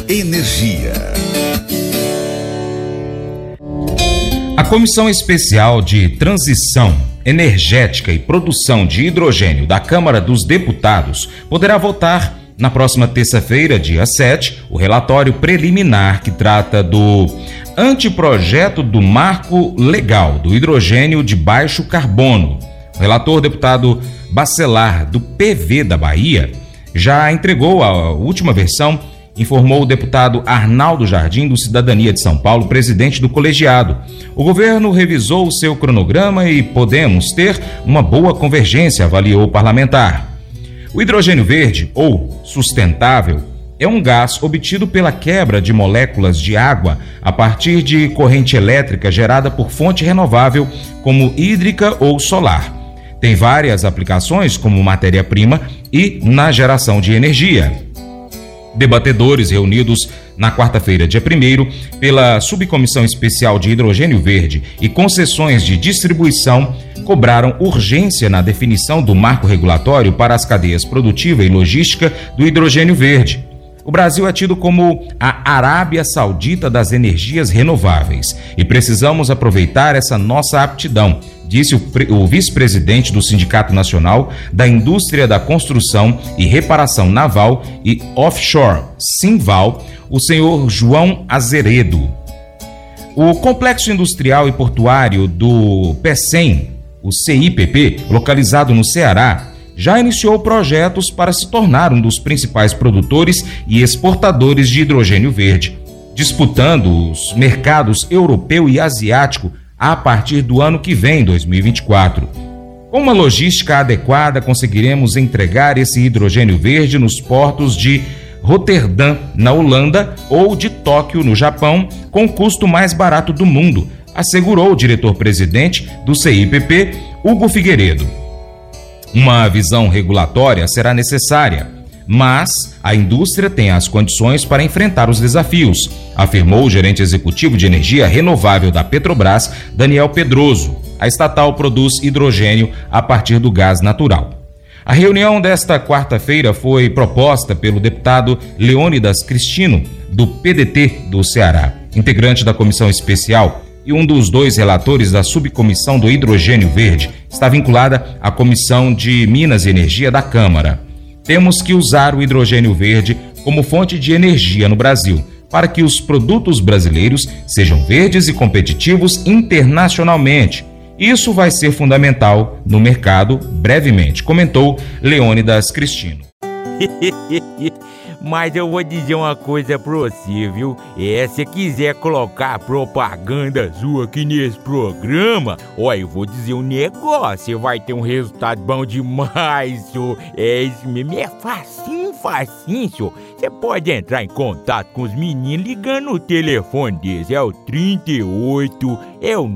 Energia. A Comissão Especial de Transição Energética e Produção de Hidrogênio da Câmara dos Deputados poderá votar na próxima terça-feira, dia 7, o relatório preliminar que trata do anteprojeto do marco legal do hidrogênio de baixo carbono. O relator, deputado Bacelar, do PV da Bahia, já entregou a última versão, informou o deputado Arnaldo Jardim, do Cidadania de São Paulo, presidente do colegiado. O governo revisou o seu cronograma e podemos ter uma boa convergência, avaliou o parlamentar. O hidrogênio verde, ou sustentável, é um gás obtido pela quebra de moléculas de água a partir de corrente elétrica gerada por fonte renovável, como hídrica ou solar. Tem várias aplicações como matéria-prima e na geração de energia. Debatedores reunidos na quarta-feira, dia 1º, pela Subcomissão Especial de Hidrogênio Verde e Concessões de Distribuição, cobraram urgência na definição do marco regulatório para as cadeias produtiva e logística do hidrogênio verde. O Brasil é tido como a Arábia Saudita das energias renováveis e precisamos aproveitar essa nossa aptidão, disse o vice-presidente do Sindicato Nacional da Indústria da Construção e Reparação Naval e Offshore, Sinval, o senhor João Azeredo. O Complexo Industrial e Portuário do PECEM, o CIPP, localizado no Ceará, já iniciou projetos para se tornar um dos principais produtores e exportadores de hidrogênio verde, disputando os mercados europeu e asiático a partir do ano que vem, 2024. Com uma logística adequada, conseguiremos entregar esse hidrogênio verde nos portos de Roterdã, na Holanda, ou de Tóquio, no Japão, com o custo mais barato do mundo, assegurou o diretor-presidente do CIPP, Hugo Figueiredo. Uma visão regulatória será necessária, mas a indústria tem as condições para enfrentar os desafios, afirmou o gerente executivo de energia renovável da Petrobras, Daniel Pedroso. A estatal produz hidrogênio a partir do gás natural. A reunião desta quarta-feira foi proposta pelo deputado Leônidas Cristino, do PDT do Ceará, integrante da comissão especial, e um dos dois relatores da subcomissão do hidrogênio verde está vinculada à Comissão de Minas e Energia da Câmara. Temos que usar o hidrogênio verde como fonte de energia no Brasil, para que os produtos brasileiros sejam verdes e competitivos internacionalmente. Isso vai ser fundamental no mercado brevemente, comentou Leônidas Cristino. Mas eu vou dizer uma coisa pra você, viu? Se quiser colocar propaganda sua aqui nesse programa, olha, eu vou dizer um negócio, você vai ter um resultado bom demais, senhor. Isso mesmo, é facinho, senhor. Você pode entrar em contato com os meninos ligando no telefone deles, é o 38, é o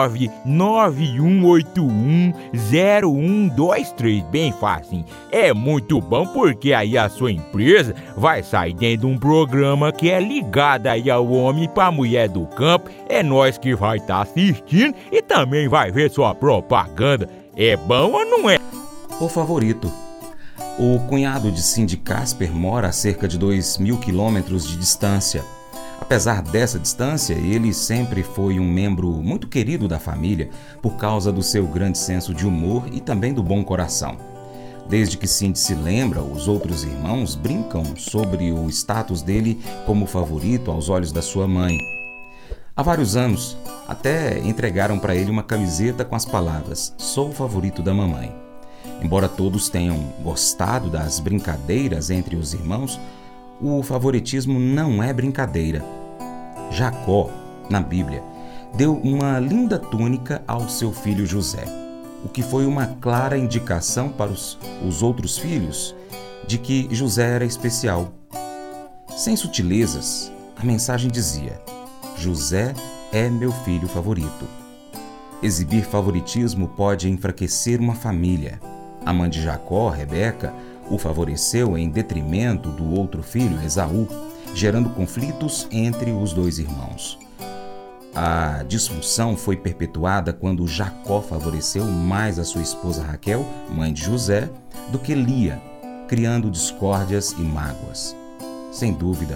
991810123, bem facinho. É muito bom porque aí a sua empresa vai sair dentro de um programa que é ligado aí ao homem pra mulher do campo. É nós que vai estar assistindo e também vai ver sua propaganda. É bom ou não é? O favorito. O cunhado de Cindy Casper mora a cerca de 2.000 quilômetros de distância. Apesar dessa distância, ele sempre foi um membro muito querido da família por causa do seu grande senso de humor e também do bom coração. Desde que Cindy se lembra, os outros irmãos brincam sobre o status dele como favorito aos olhos da sua mãe. Há vários anos, até entregaram para ele uma camiseta com as palavras "Sou o favorito da mamãe". Embora todos tenham gostado das brincadeiras entre os irmãos, o favoritismo não é brincadeira. Jacó, na Bíblia, deu uma linda túnica ao seu filho José, o que foi uma clara indicação para os outros filhos de que José era especial. Sem sutilezas, a mensagem dizia: José é meu filho favorito. Exibir favoritismo pode enfraquecer uma família. A mãe de Jacó, Rebeca, o favoreceu em detrimento do outro filho, Esaú, gerando conflitos entre os dois irmãos. A disfunção foi perpetuada quando Jacó favoreceu mais a sua esposa Raquel, mãe de José, do que Lia, criando discórdias e mágoas. Sem dúvida,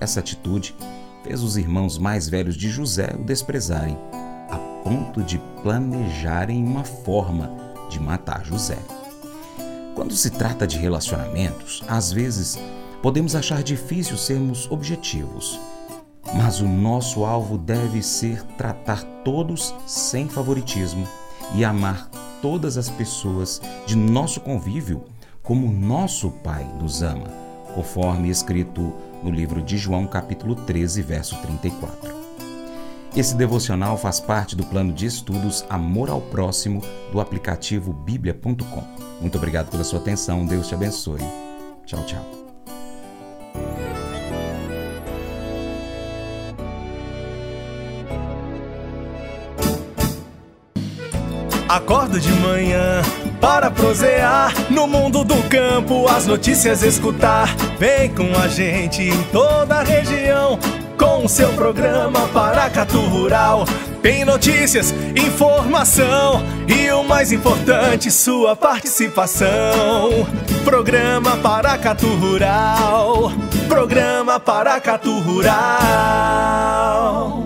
Essa atitude fez os irmãos mais velhos de José o desprezarem, a ponto de planejarem uma forma de matar José. Quando se trata de relacionamentos, às vezes podemos achar difícil sermos objetivos, mas o nosso alvo deve ser tratar todos sem favoritismo e amar todas as pessoas de nosso convívio como nosso Pai nos ama, conforme escrito no livro de João, capítulo 13, verso 34. Esse devocional faz parte do plano de estudos Amor ao Próximo do aplicativo biblia.com. Muito obrigado pela sua atenção, Deus te abençoe. Tchau, tchau. Acordo de manhã para prosear no mundo do campo, as notícias escutar. Vem com a gente em toda a região com o seu programa Paracatu Rural. Tem notícias, informação e o mais importante, sua participação. Programa Paracatu Rural. Programa Paracatu Rural.